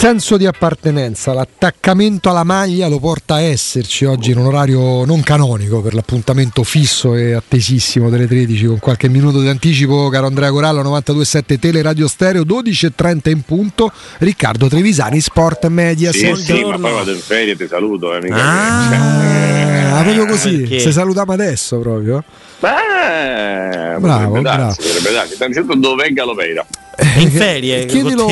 senso di appartenenza, l'attaccamento alla maglia lo porta a esserci oggi in un orario non canonico per l'appuntamento fisso e attesissimo delle 13 con qualche minuto di anticipo, caro Andrea Corallo, 92.7 Teleradio Stereo, 12.30 in Riccardo Trevisani, Sport Mediaset. Sì, ma poi vado in ferie, ti saluto, proprio così, perché? se salutiamo adesso proprio. Bravo. Innanzitutto dov'è Galopeira? In ferie, chiedilo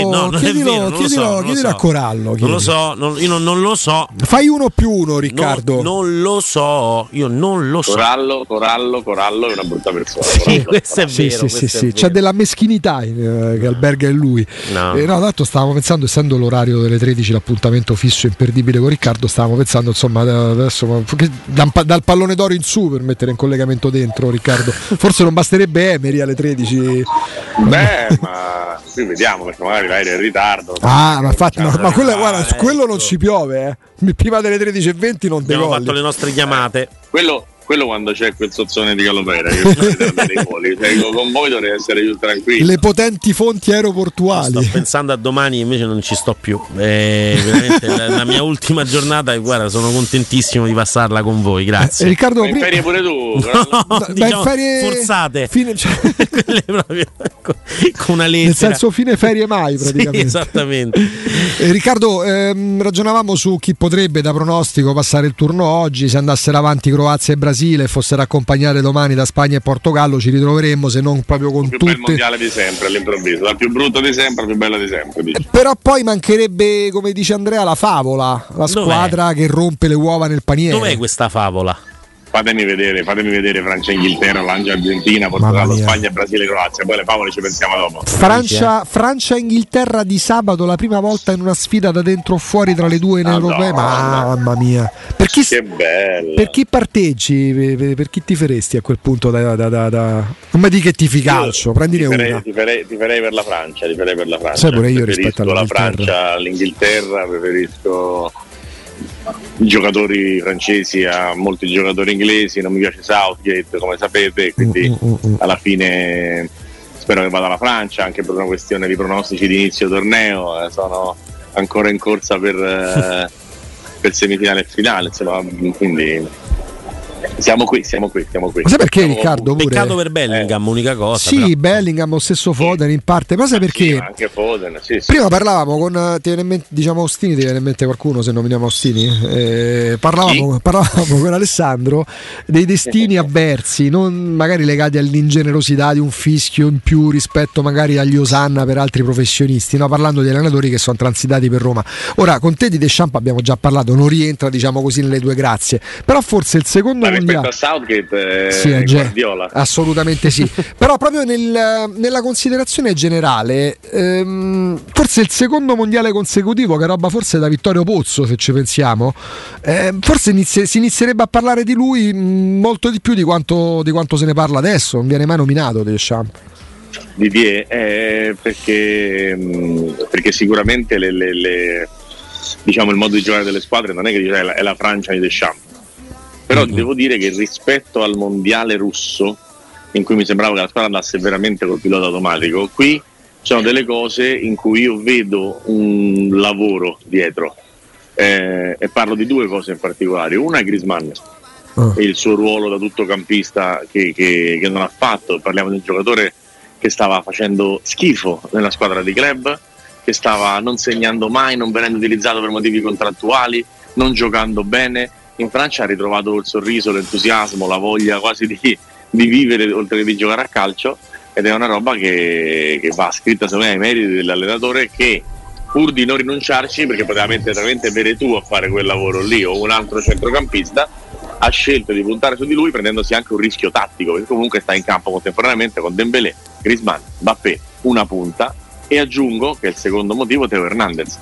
a Corallo. Non lo so, io non lo so. Fai 1+1, Riccardo. Non lo so, io non lo so. Corallo è una brutta persona. Sì, questo è vero. Sì. C'è della meschinità che alberga in lui. No, tanto stavamo pensando, essendo l'orario delle 13 l'appuntamento fisso imperdibile con Riccardo, stavamo pensando insomma adesso dal pallone d'oro in su per mettere in collegamento dentro Riccardo. Forse non basterebbe Emery alle 13. Ma qui vediamo, perché magari vai in ritardo. Ma infatti, ma quello non ci piove, prima delle 13.20 non decolli. abbiamo fatto le nostre chiamate. Quello quando c'è quel sozzone di Galopeira che dei voli, con voi dovrei essere più tranquilli. Le potenti fonti aeroportuali. Sto pensando a domani, invece non ci sto più. Veramente la mia ultima giornata, guarda, sono contentissimo di passarla con voi, grazie. Riccardo, in ferie pure tu? Diciamo, ferie forzate. Quelle proprio con una lettera. Nel senso fine ferie mai praticamente. Sì, esattamente. Riccardo, ragionavamo su chi potrebbe da pronostico passare il turno oggi, se andassero avanti Croazia e Brasile e fossero accompagnate domani da Spagna e Portogallo, ci ritroveremmo, se non proprio con tutte. Il più bel mondiale di sempre all'improvviso, dal più brutto di sempre al più bello di sempre. Però poi mancherebbe, come dice Andrea, la favola, la squadra che rompe le uova nel paniere. Dov'è questa favola? Fatemi vedere Francia e Inghilterra, Lancia Argentina, Portogallo, Spagna, Brasile, Croazia, poi le favole ci pensiamo dopo. Francia e Inghilterra di sabato, la prima volta in una sfida da dentro o fuori tra le due in europee. Mamma mia, che bello. Per chi parteggi? Per chi ti faresti a quel punto? Non mi dica che tifi calcio, prendine una. Ti farei per la Francia. Sai pure io rispetto alla Francia, all'Inghilterra, preferisco i giocatori francesi a molti giocatori inglesi, non mi piace Southgate come sapete, quindi alla fine spero che vada la Francia, anche per una questione di pronostici di inizio torneo, sono ancora in corsa per semifinale e finale, insomma, quindi siamo qui. Ma sai perché, Riccardo? Peccato per Bellingham, unica cosa. Sì, però. Bellingham, lo stesso Foden in parte, ma sai perché? Sì, anche Foden, sì. Prima parlavamo con Ostini, ti viene in mente qualcuno se nominiamo Ostini? Parlavamo con Alessandro dei destini avversi, non magari legati all'ingenerosità di un fischio in più rispetto magari agli Osanna per altri professionisti, no? Parlando di allenatori che sono transitati per Roma. Ora, con te di Deschamps abbiamo già parlato, non rientra, diciamo così, nelle tue grazie, però forse il secondo rispetto a Southgate Guardiola, assolutamente sì. Però proprio nella considerazione generale, forse il secondo mondiale consecutivo, che roba forse da Vittorio Pozzo, se ci pensiamo, forse si inizierebbe a parlare di lui molto di più di quanto se ne parla adesso. Non viene mai nominato Deschamps. Didier, perché sicuramente diciamo il modo di giocare delle squadre non è che è la Francia di Deschamps. Però devo dire che rispetto al mondiale russo, in cui mi sembrava che la squadra andasse veramente col pilota automatico, qui ci sono delle cose in cui io vedo un lavoro dietro, e parlo di due cose in particolare. Una è Griezmann e il suo ruolo da tuttocampista che non ha fatto. Parliamo di un giocatore che stava facendo schifo nella squadra di club, che stava non segnando mai, non venendo utilizzato per motivi contrattuali, non giocando bene. In Francia ha ritrovato il sorriso, l'entusiasmo, la voglia quasi di vivere oltre che di giocare a calcio, ed è una roba che va scritta secondo me ai meriti dell'allenatore, che pur di non rinunciarci, perché poteva mettere veramente Veretù a fare quel lavoro lì o un altro centrocampista, ha scelto di puntare su di lui, prendendosi anche un rischio tattico, perché comunque sta in campo contemporaneamente con Dembélé, Griezmann, Mbappé, una punta, e aggiungo che il secondo motivo, Teo Hernandez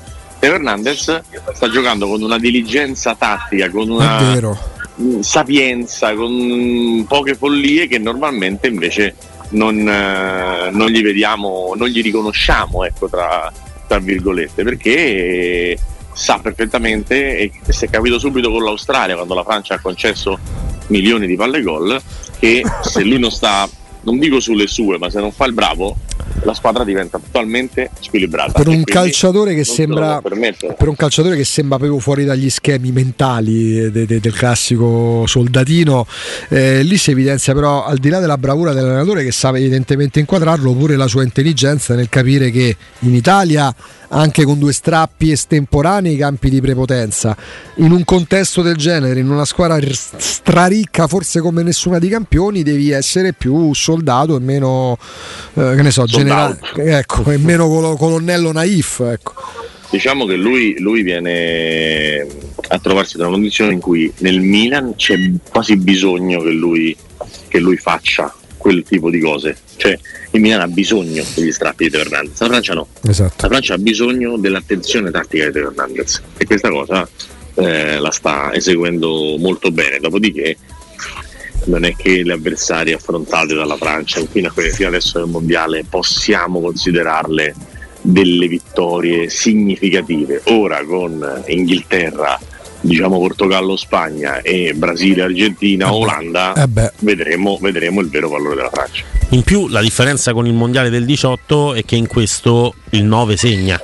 sta giocando con una diligenza tattica, con una sapienza, con poche follie che normalmente invece non gli vediamo, non gli riconosciamo, ecco, tra virgolette, perché sa perfettamente, e si è capito subito con l'Australia, quando la Francia ha concesso milioni di palle gol, che se lui non sta non dico sulle sue, ma se non fa il bravo, la squadra diventa totalmente squilibrata. Per un calciatore che sembra proprio fuori dagli schemi mentali del classico soldatino, lì si evidenzia però, al di là della bravura dell'allenatore che sa evidentemente inquadrarlo, pure la sua intelligenza nel capire che in Italia, anche con 2 strappi estemporanei, campi di prepotenza, in un contesto del genere, in una squadra straricca forse come nessuna di campioni, devi essere più soldato e meno che ne so, generale, ecco, e meno colonnello naif, ecco. Diciamo che lui viene a trovarsi in una condizione in cui nel Milan c'è quasi bisogno che lui faccia quel tipo di cose, cioè il Milan ha bisogno degli strappi di Teo Hernandez, la Francia no. Esatto. La Francia ha bisogno dell'attenzione tattica di Teo Hernandez e questa cosa la sta eseguendo molto bene. Dopodiché non è che le avversarie affrontate dalla Francia fino adesso nel mondiale possiamo considerarle delle vittorie significative. Ora con Inghilterra, diciamo Portogallo, Spagna e Brasile, Argentina, Olanda, vedremo il vero valore della Francia. In più la differenza con il mondiale del 18 è che in questo il 9 segna,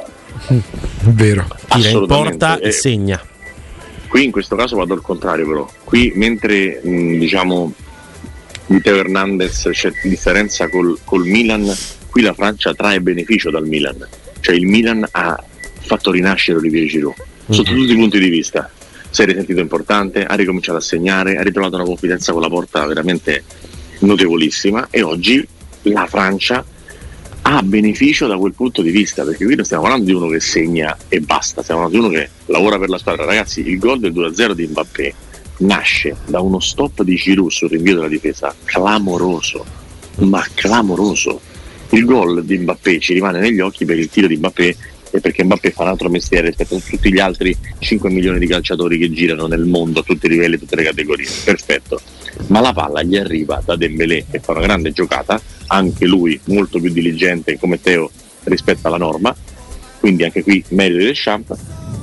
vero, tira in porta e segna. Qui in questo caso vado al contrario, però qui mentre diciamo di Teo Hernandez c'è differenza col Milan, qui la Francia trae beneficio dal Milan, cioè il Milan ha fatto rinascere Olivier Giroud sotto tutti i punti di vista. Si è risentito importante, ha ricominciato a segnare, ha ritrovato una confidenza con la porta veramente notevolissima e oggi la Francia ha beneficio da quel punto di vista, perché qui non stiamo parlando di uno che segna e basta, stiamo parlando di uno che lavora per la squadra. Ragazzi, il gol del 2-0 di Mbappé nasce da uno stop di Giroud sul rinvio della difesa clamoroso, ma clamoroso. Il gol di Mbappé ci rimane negli occhi per il tiro di Mbappé e perché Mbappé fa un altro mestiere rispetto a tutti gli altri 5 milioni di calciatori che girano nel mondo a tutti i livelli, tutte le categorie. Perfetto. Ma la palla gli arriva da Dembélé che fa una grande giocata, anche lui molto più diligente come Teo rispetto alla norma, quindi anche qui merito di Deschamps,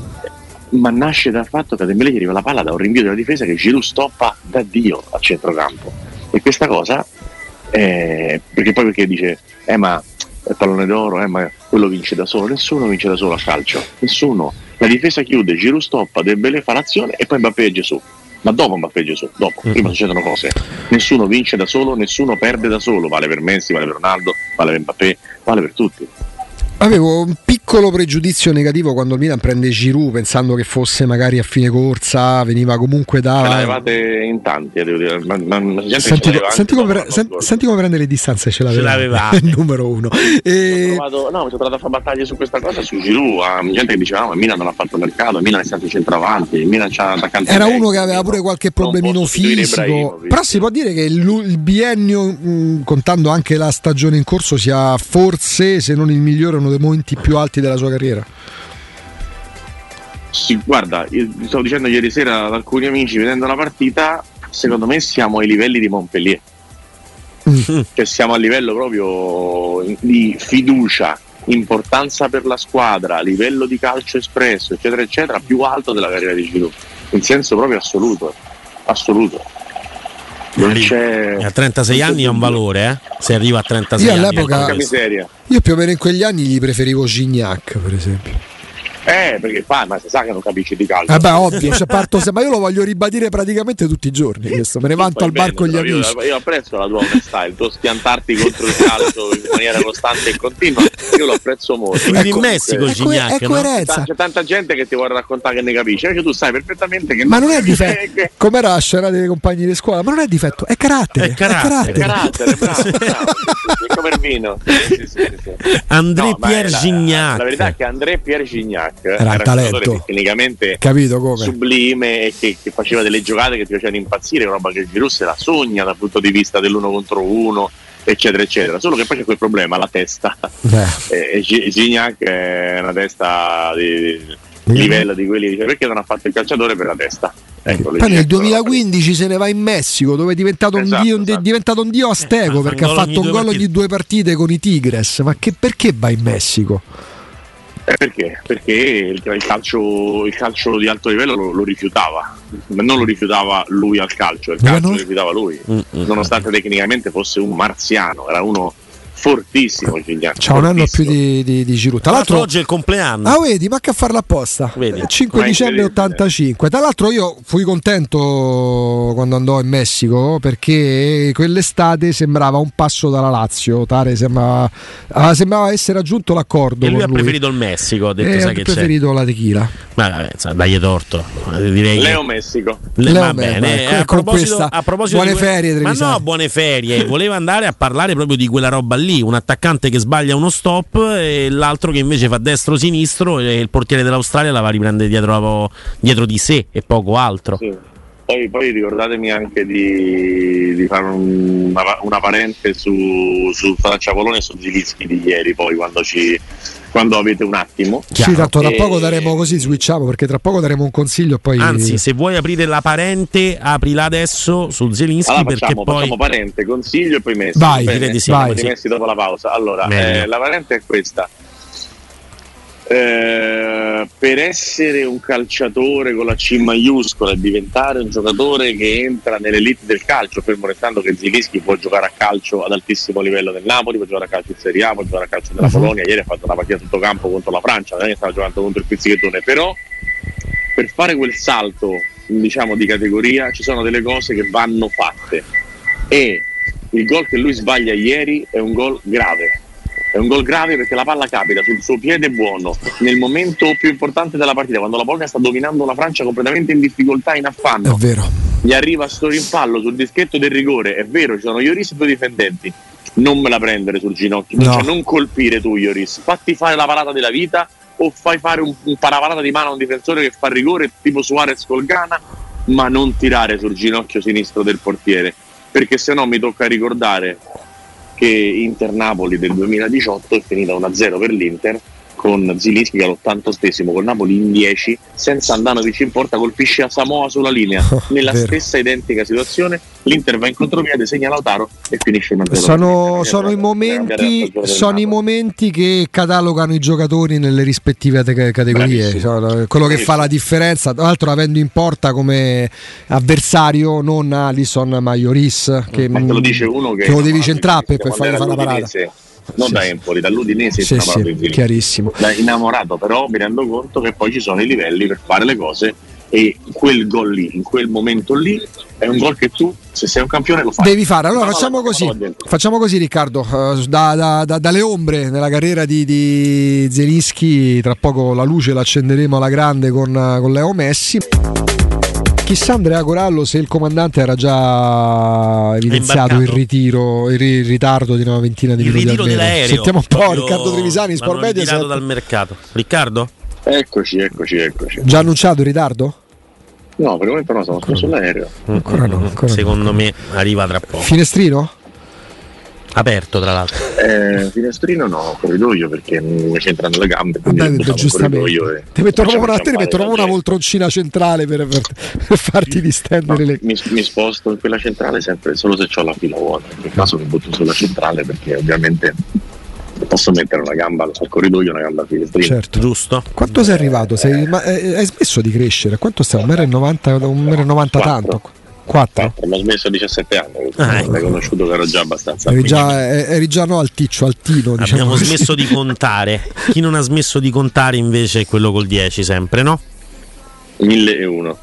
ma nasce dal fatto che a Dembélé gli arriva la palla da un rinvio della difesa che Giroud stoppa da Dio a centrocampo. E questa cosa perché dice ma è pallone d'oro, ma quello vince da solo. Nessuno vince da solo a calcio, nessuno. La difesa chiude, Giroud stoppa, Dembélé fa l'azione e poi Mbappé e Gesù. Ma dopo Mbappé e Gesù, prima succedono cose. Nessuno vince da solo, nessuno perde da solo. Vale per Messi, vale per Ronaldo, vale per Mbappé, vale per tutti. Avevo un piccolo pregiudizio negativo quando il Milan prende Giroud, pensando che fosse magari a fine corsa, veniva comunque da... Ce l'avevate in tanti, devo dire. Senti come prende le distanze, ce l'aveva. Il numero uno. Mi sono trovato a fare battaglie su questa cosa, su Giroud. Gente che diceva il Milan non ha fatto mercato, il Milan è stato centravanti, il Milan c'ha attaccante. Era uno che aveva pure qualche problemino fisico, però si può dire che il biennio, contando anche la stagione in corso, sia forse, se non il migliore, uno dei momenti più alti della sua carriera. Sì, guarda, io stavo dicendo ieri sera ad alcuni amici vedendo la partita, secondo me siamo ai livelli di Montpellier, cioè siamo a livello proprio di fiducia, importanza per la squadra, livello di calcio espresso, eccetera eccetera, più alto della carriera di Giroud, in senso proprio assoluto. Non c'è... A 36 anni è un valore, se arriva a 36 anni. Io all'epoca, io più o meno in quegli anni gli preferivo Gignac, per esempio. Perché ma si sa che non capisci di calcio. Ovvio, ma io lo voglio ribadire praticamente tutti i giorni. Questo. Me ne vanto al bar con gli amici. Io apprezzo la tua onestà, il tuo schiantarti contro il calcio in maniera costante e continua. Io lo apprezzo molto. Quindi in Messico Gignac, è coerenza. C'è tanta gente che ti vuole raccontare che ne capisce, invece tu sai perfettamente che ma non è difetto. Com'era la scena dei compagni di scuola? Ma non è difetto, è carattere. È carattere, bravo. Come il vino. Sì. André Pierre Gignac. La verità è che André Pierre Gignac era un talento tecnicamente sublime e che faceva delle giocate che ti facevano impazzire, roba che Giroud se la sogna dal punto di vista dell'uno contro uno, eccetera eccetera, solo che poi c'è quel problema, la testa. Gignac è una testa di livello di quelli, perché non ha fatto il calciatore per la testa. Ecco, poi nel 2015 se ne va in Messico, dove è diventato un dio azteco, perché ha fatto un gol ogni 2 partite con i Tigres. Ma perché va in Messico? Perché? Perché il calcio di alto livello lo rifiutava, ma non lo rifiutava lui al calcio, il calcio lo rifiutava lui, nonostante tecnicamente fosse un marziano, era uno fortissimo. C'ha un anno più di Giroud. Tra l'altro oggi è il compleanno. Ah, vedi, ma che a farla apposta. Vedi. 5 dicembre 85. Tra l'altro io fui contento quando andò in Messico, perché quell'estate sembrava un passo dalla Lazio. Tare sembrava essere raggiunto l'accordo. E lui con ha preferito il Messico, ha detto, sai che preferito la tequila. Ma vabbè, dagli torto. Direi Leo Messico. Va bene. A proposito buone ferie, ma no, buone ferie. Voleva andare a parlare proprio di quella roba lì, un attaccante che sbaglia uno stop e l'altro che invece fa destro-sinistro, e il portiere dell'Australia la va a riprendere dietro di sé e poco altro. Sì. Poi ricordatemi anche di fare una parente su Franciapolone e su Zilischi di ieri, poi quando avete un attimo. Sì, tanto tra poco daremo, così switchiamo, perché tra poco daremo un consiglio. Poi anzi, se vuoi aprire la parente, aprila adesso su Zelinski, allora perché poi facciamo parente, consiglio e poi Messi. Vai, direi di sì, vai. Messi dopo la pausa. Allora, la parente è questa. Per essere un calciatore con la C maiuscola e diventare un giocatore che entra nell'elite del calcio, fermo restando che Zilischi può giocare a calcio ad altissimo livello nel Napoli, può giocare a calcio in Serie A, può giocare a calcio nella Polonia. Ieri ha fatto una partita tutto campo contro la Francia, non è che stava giocando contro il pizzichettone, però per fare quel salto, diciamo, di categoria ci sono delle cose che vanno fatte, e il gol che lui sbaglia ieri è un gol grave. È un gol grave perché la palla capita sul suo piede buono nel momento più importante della partita, quando la Polonia sta dominando una Francia completamente in difficoltà, in affanno. È vero. Gli arriva sto rimpallo sul dischetto del rigore. È vero, ci sono Lloris e due difendenti. Non me la prendere sul ginocchio, no. Cioè, non colpire tu Lloris, fatti fare la parata della vita, o fai fare un paraparata di mano a un difensore che fa rigore tipo Suarez col Ghana, ma non tirare sul ginocchio sinistro del portiere, perché se no mi tocca ricordare che Inter-Napoli del 2018 è finita 1-0 per l'Inter, con Zilinski che all'88esimo con Napoli in 10, senza Andanovic in porta, colpisce a Samoa sulla linea. Nella stessa identica situazione l'Inter va in contropiede, segna Lautaro e finisce 1-0. Sono i momenti che catalogano i giocatori nelle rispettive categorie. Quello che fa la differenza, tra l'altro avendo in porta come avversario non Alisson ma Lloris, che te lo dice uno che lo devi centrare per fare una parata. Non da Empoli, dall'Udinese, chiarissimo. Da innamorato, però mi rendo conto che poi ci sono i livelli per fare le cose, e quel gol lì, in quel momento lì, è un gol che tu, se sei un campione, lo fai. Devi fare. Allora facciamo così Riccardo, dalle ombre nella carriera di Zelinski, tra poco la luce la accenderemo alla grande con Leo Messi. Chissà Andrea Corallo se il comandante era già evidenziato il ritiro, il ritardo di una ventina di minuti. Il ritiro dell'aereo. Sentiamo un po' Riccardo Trevisani, Sport Media. Ritirato dal mercato. Riccardo? Eccoci. Già annunciato il ritardo? No, per il momento no, siamo sull'aereo. Ancora no. Secondo me arriva tra poco. Finestrino? Aperto tra l'altro. Finestrino no, corridoio, perché mi c'entrano le gambe, quindi giustamente ti mettono proprio una poltroncina centrale per farti distendere le... mi sposto in quella centrale sempre solo se ho la fila vuota, in quel caso mi butto sulla centrale, perché ovviamente posso mettere una gamba al corridoio e una gamba al finestrino. Certo. Giusto. Quanto sei arrivato? Hai smesso di crescere? Quanto stai? 1,90 tanto? 4. Ho smesso a 17 anni, l'hai conosciuto che ero già abbastanza. Eri già no altino. Abbiamo così. Smesso di contare. Chi non ha smesso di contare invece è quello col 10 sempre, no? 1001.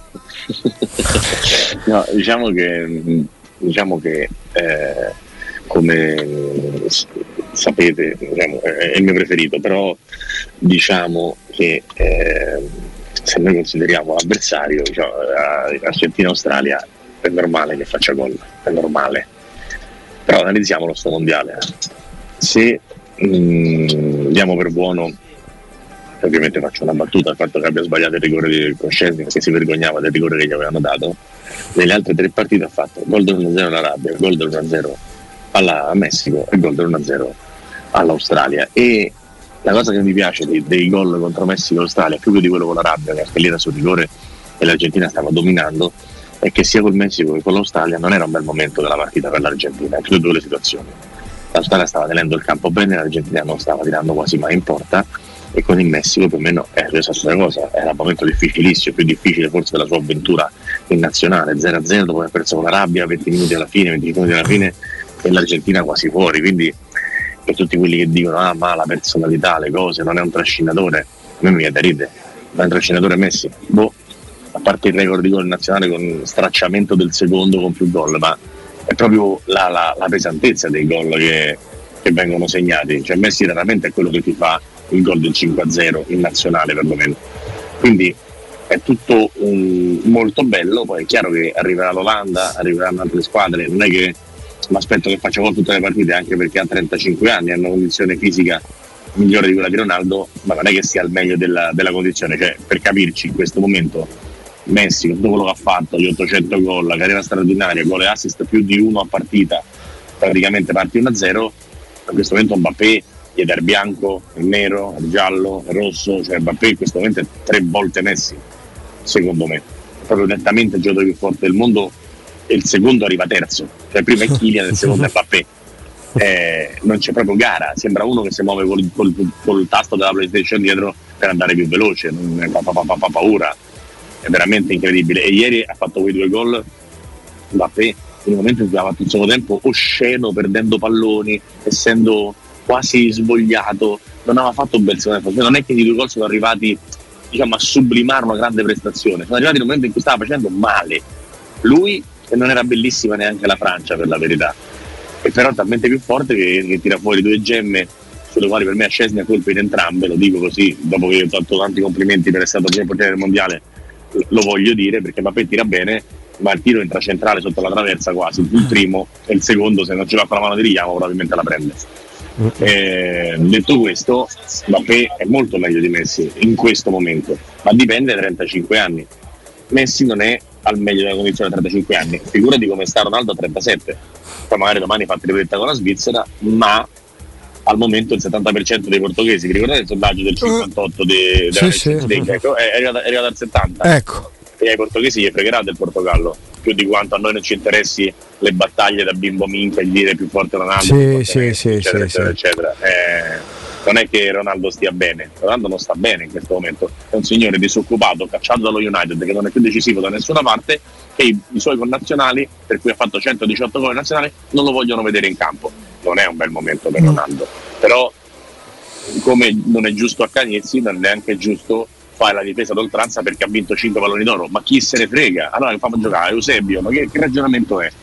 No, diciamo che come sapete, è il mio preferito, però diciamo che se noi consideriamo avversario, Argentina-Australia, è normale che faccia gol, è normale. Però analizziamolo sto mondiale. Se diamo per buono, ovviamente faccio una battuta, il fatto che abbia sbagliato il rigore di Koscielny, perché si vergognava del rigore che gli avevano dato, nelle altre 3 partite ha fatto gol del 1-0 all'Arabia, gol del 1-0 alla Messico e gol del 1-0 all'Australia. E la cosa che mi piace dei gol contro Messico e Australia, più che di quello con l'Arabia, che lì era sul rigore e l'Argentina stava dominando, è che sia col Messico che con l'Australia non era un bel momento della partita per l'Argentina, in tutte e 2 le situazioni. L'Australia stava tenendo il campo bene, l'Argentina non stava tirando quasi mai in porta, e con il Messico più o meno è la stessa cosa. Era un momento difficilissimo, più difficile forse della sua avventura in nazionale, 0-0 dopo aver perso con l'Arabia, 20 minuti alla fine, 25 minuti alla fine e l'Argentina quasi fuori. Quindi per tutti quelli che dicono ma la personalità, le cose, non è un trascinatore, a me mi viene da ridere. Ma è un trascinatore Messi? A parte il record di gol nazionale con stracciamento del secondo con più gol, ma è proprio la pesantezza dei gol che vengono segnati. Cioè Messi raramente è quello che ti fa il gol del 5-0 in nazionale perlomeno. Quindi è tutto molto bello. Poi è chiaro che arriverà l'Olanda, arriveranno altre squadre, non è che mi aspetto che faccia gol tutte le partite, anche perché ha 35 anni, ha una condizione fisica migliore di quella di Ronaldo, ma non è che sia al meglio della condizione. Cioè, per capirci, in questo momento Messi, con tutto quello che ha fatto, gli 800 gol, la carriera straordinaria, gol e assist più di uno a partita, praticamente parti 1-0, in questo momento Mbappé gli dà il bianco, il nero, il giallo, il rosso, cioè Mbappé in questo momento è 3 volte Messi, secondo me, è proprio nettamente il giocatore più forte del mondo, e il secondo arriva terzo, cioè prima è Kylian e il secondo è Mbappé. Non c'è proprio gara, sembra uno che si muove col tasto della PlayStation dietro per andare più veloce, fa paura, è veramente incredibile. E ieri ha fatto quei 2 gol Mbappé in un momento in cui ha fatto il secondo tempo osceno, perdendo palloni, essendo quasi svogliato, non aveva fatto un bel secondo tempo. Non è che i 2 gol sono arrivati, diciamo, a sublimare una grande prestazione, sono arrivati in un momento in cui stava facendo male lui, e non era bellissima neanche la Francia, per la verità, e però è talmente più forte che tira fuori 2 gemme sulle quali per me a Szczęsny ha colpo in entrambe. Lo dico così, dopo che gli ho fatto tanti complimenti per essere stato primo portiere del mondiale, lo voglio dire, perché Mbappé tira bene, ma il tiro entra centrale sotto la traversa quasi, il primo, e il secondo, se non ce l'ha con la mano di richiamo, probabilmente la prende. Detto questo, Mbappé è molto meglio di Messi in questo momento, ma dipende dai 35 anni. Messi non è al meglio della condizione a 35 anni, figurati come sta Ronaldo a 37, poi magari domani fa tripletta con la Svizzera, ma al momento il 70% dei portoghesi, vi ricordate il sondaggio del 58 ecco, è arrivato al 70, ecco. E ai portoghesi gli fregherà del Portogallo più di quanto a noi non ci interessi le battaglie da bimbo minchia, il dire più forte Ronaldo, eccetera. Non è che Ronaldo stia bene, Ronaldo non sta bene in questo momento, è un signore disoccupato, cacciato dallo United, che non è più decisivo da nessuna parte, e i suoi connazionali, per cui ha fatto 118 gol nazionali, non lo vogliono vedere in campo. Non è un bel momento per Ronaldo, però come non è giusto a Cagnezzi, non è neanche giusto fare la difesa d'oltranza perché ha vinto 5 palloni d'oro, ma chi se ne frega? Allora che fanno giocare Eusebio, ma che ragionamento è?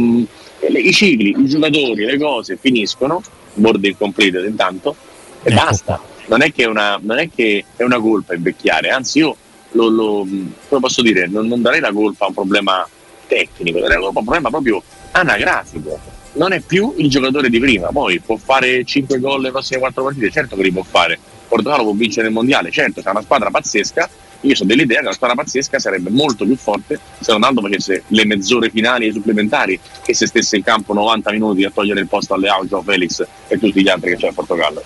I cicli, i giocatori, le cose finiscono, board incomplete intanto, e basta. Non è che è una colpa invecchiare, anzi io come posso dire, non darei la colpa a un problema tecnico, darei un problema proprio anagrafico. Non è più il giocatore di prima, poi può fare 5 gol le prossime 4 partite, certo che li può fare. Portogallo può vincere il mondiale, certo, c'è una squadra pazzesca. Io sono dell'idea che la squadra pazzesca sarebbe molto più forte se Ronaldo facesse le mezz'ore finali e supplementari che se stesse in campo 90 minuti a togliere il posto alle João Felix e tutti gli altri che c'è a Portogallo.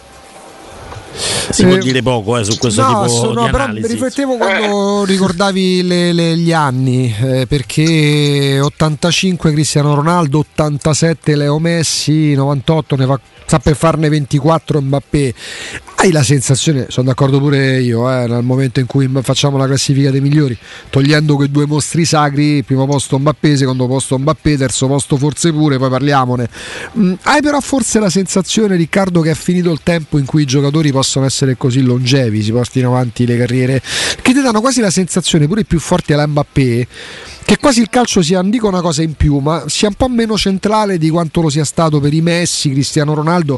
Si può dire poco su questo tipo di analisi. Però mi riflettevo quando ricordavi gli anni, perché 85 Cristiano Ronaldo, 87 Leo Messi, 98 ne sa per farne 24 Mbappé. Hai la sensazione, sono d'accordo pure io, nel momento in cui facciamo la classifica dei migliori, togliendo quei 2 mostri sacri, primo posto Mbappé, secondo posto Mbappé, terzo posto forse pure, poi parliamone. Hai però forse la sensazione, Riccardo, che è finito il tempo in cui i giocatori possono essere così longevi, si portino avanti le carriere, che ti danno quasi la sensazione, pure i più forti alla Mbappé, che quasi il calcio sia, non dico una cosa in più, ma sia un po' meno centrale di quanto lo sia stato per i Messi, Cristiano Ronaldo,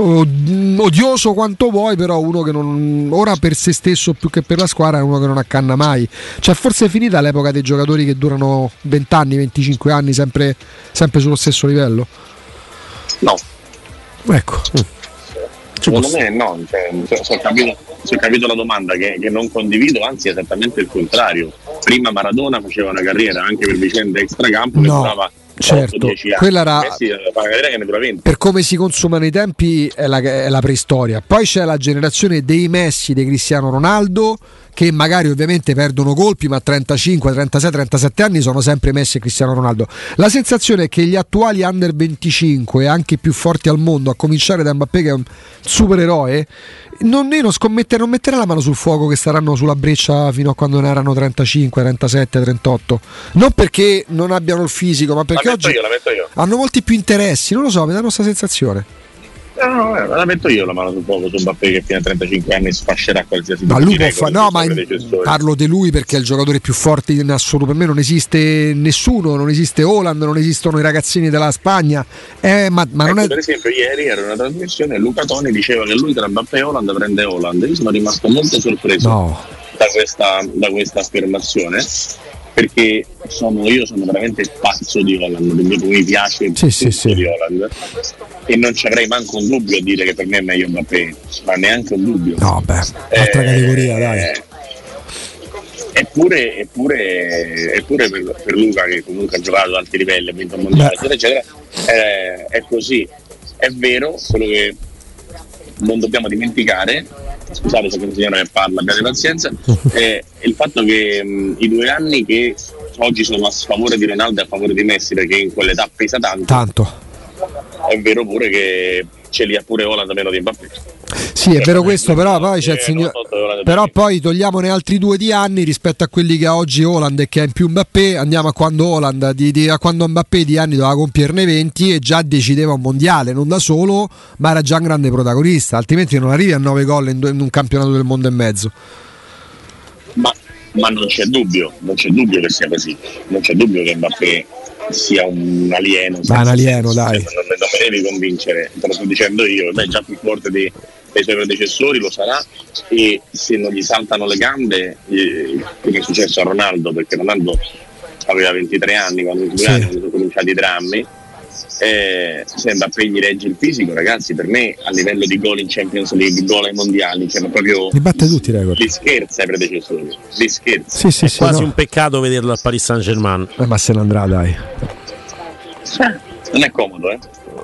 odioso quanto vuoi, però uno che non, ora per se stesso più che per la squadra, è uno che non accanna mai. Cioè forse è finita l'epoca dei giocatori che durano 20 anni, 25 anni sempre sullo stesso livello? No. Ecco. Secondo me no, se ho capito la domanda che non condivido, anzi è esattamente il contrario. Prima Maradona faceva una carriera anche per vicende extracampo che durava Certo, 8-10 anni. quella era, Messi fa una carriera che ne dura 20. per come si consumano i tempi, è la preistoria. Poi c'è la generazione dei Messi, dei Cristiano Ronaldo, che magari ovviamente perdono colpi, ma a 35, 36, 37 anni sono sempre Messi e Cristiano Ronaldo. La sensazione è che gli attuali under 25, anche più forti al mondo, a cominciare da Mbappé che è un supereroe, non metterei la mano sul fuoco che staranno sulla breccia fino a quando ne erano 35, 37, 38. Non perché non abbiano il fisico, ma perché oggi la metto io. hanno molti più interessi, non lo so, mi danno questa sensazione. No, la metto io la mano sul fuoco su Mbappé che fino a 35 anni sfascerà qualsiasi Ma lui può record no, dei ma suoi predecessori. parlo di lui perché è il giocatore più forte in assoluto. Per me non esiste nessuno, non esiste Haaland, non esistono i ragazzini della Spagna. Ma non è. Per esempio, ieri era una trasmissione e Luca Toni diceva che lui tra Mbappé e Haaland prende Haaland. Io sono rimasto molto sorpreso da questa affermazione. Perché io sono veramente pazzo di Haaland, mi piace di Haaland e non ci avrei manco un dubbio a dire che per me è meglio Mbappé, ma neanche un dubbio. No, beh, altra categoria, dai. Eppure per Luca, che comunque ha giocato ad alti livelli, ha vinto il mondiale, eccetera, è così. È vero, quello che non dobbiamo dimenticare, scusate se il signore parla, abbiate pazienza, è il fatto che i 2 anni che oggi sono a sfavore di Ronaldo e a favore di Messi, perché in quell'età pesa tanto. È vero pure che ce li ha pure Haaland meno di Mbappé. Sì, è vero questo, però poi c'è il signor. Però poi togliamone altri 2 di anni rispetto a quelli che ha oggi Haaland e che ha in più Mbappé. Andiamo a quando Haaland a quando Mbappé di anni doveva compierne 20 e già decideva un mondiale, non da solo, ma era già un grande protagonista. Altrimenti non arrivi a 9 gol in un campionato del mondo e mezzo. Ma non c'è dubbio che sia così. Non c'è dubbio che Mbappé sia un alieno. Un alieno, dai. Non me devi convincere, te lo sto dicendo io. Beh, già più forte dei suoi predecessori lo sarà, e se non gli saltano le gambe, come è successo a Ronaldo, perché Ronaldo aveva 23 anni quando sono cominciati i drammi. Se Mbappé gli regge il fisico, ragazzi, per me a livello di gol in Champions League, gol ai mondiali, cioè proprio li batte tutti i record. Li scherza ai predecessori, li scherza. Sì, è quasi un peccato vederlo al Paris Saint-Germain. Ma se ne andrà, dai. Non è comodo,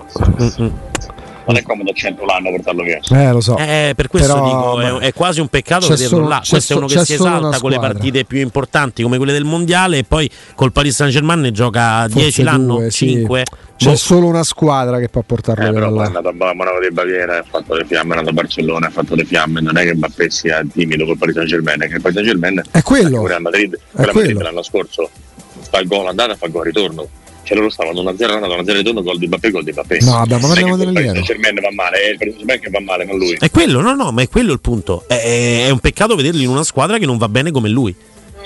non è comodo 100 l'anno portarlo via. Lo so. Per questo però, dico, è quasi un peccato vederlo là. Questo è uno che si esalta con le partite più importanti come quelle del mondiale, e poi col Paris Saint-Germain ne gioca 10 l'anno, 5. C'è solo una squadra che può portarlo via. Però è andato a Monaco di Baviera, ha fatto le fiamme, è andato a Barcellona, ha fatto le fiamme. Non è che Mbappé sia timido col Paris Saint-Germain, è che il Paris Saint-Germain è quello. Real Madrid l'anno scorso fa il gol andata e fa il gol ritorno. Cioè loro stavano 1-0 andata, 1-0 ritorno, gol di Mbappé. No, ma parliamo del Paris Saint-Germain va male, è il Paris Saint-Germain che va male, non lui. È quello, no, ma è quello il punto. È un peccato vederli in una squadra che non va bene come lui.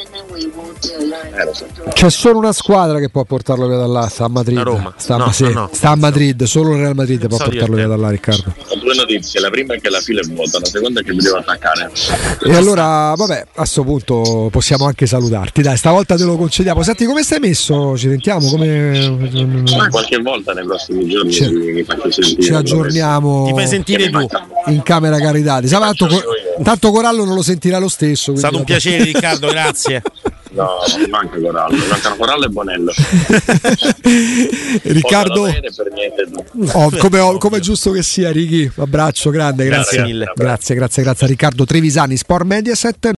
Lo so. C'è solo una squadra che può portarlo via da là, sta a Madrid. La Roma. Sta a Madrid, solo il Real Madrid può portarlo via da là, Riccardo. Ho 2 notizie, la prima è che la fila è vuota, la seconda è che mi devo attaccare. E allora, vabbè, a questo punto possiamo anche salutarti. Dai, stavolta te lo concediamo. Senti, come stai messo? Ci sentiamo? Qualche volta nei prossimi giorni mi faccio sentire. Ci aggiorniamo. Ti fai sentire tu in camera Caritati. Tanto Corallo non lo sentirà lo stesso. È stato un piacere, Riccardo, grazie. No, non manca Corallo, mancano Corallo e Bonello. Riccardo, come è giusto che sia, Ricky. Un abbraccio grande, grazie mille. Grazie a Riccardo Trevisani, Sport Mediaset.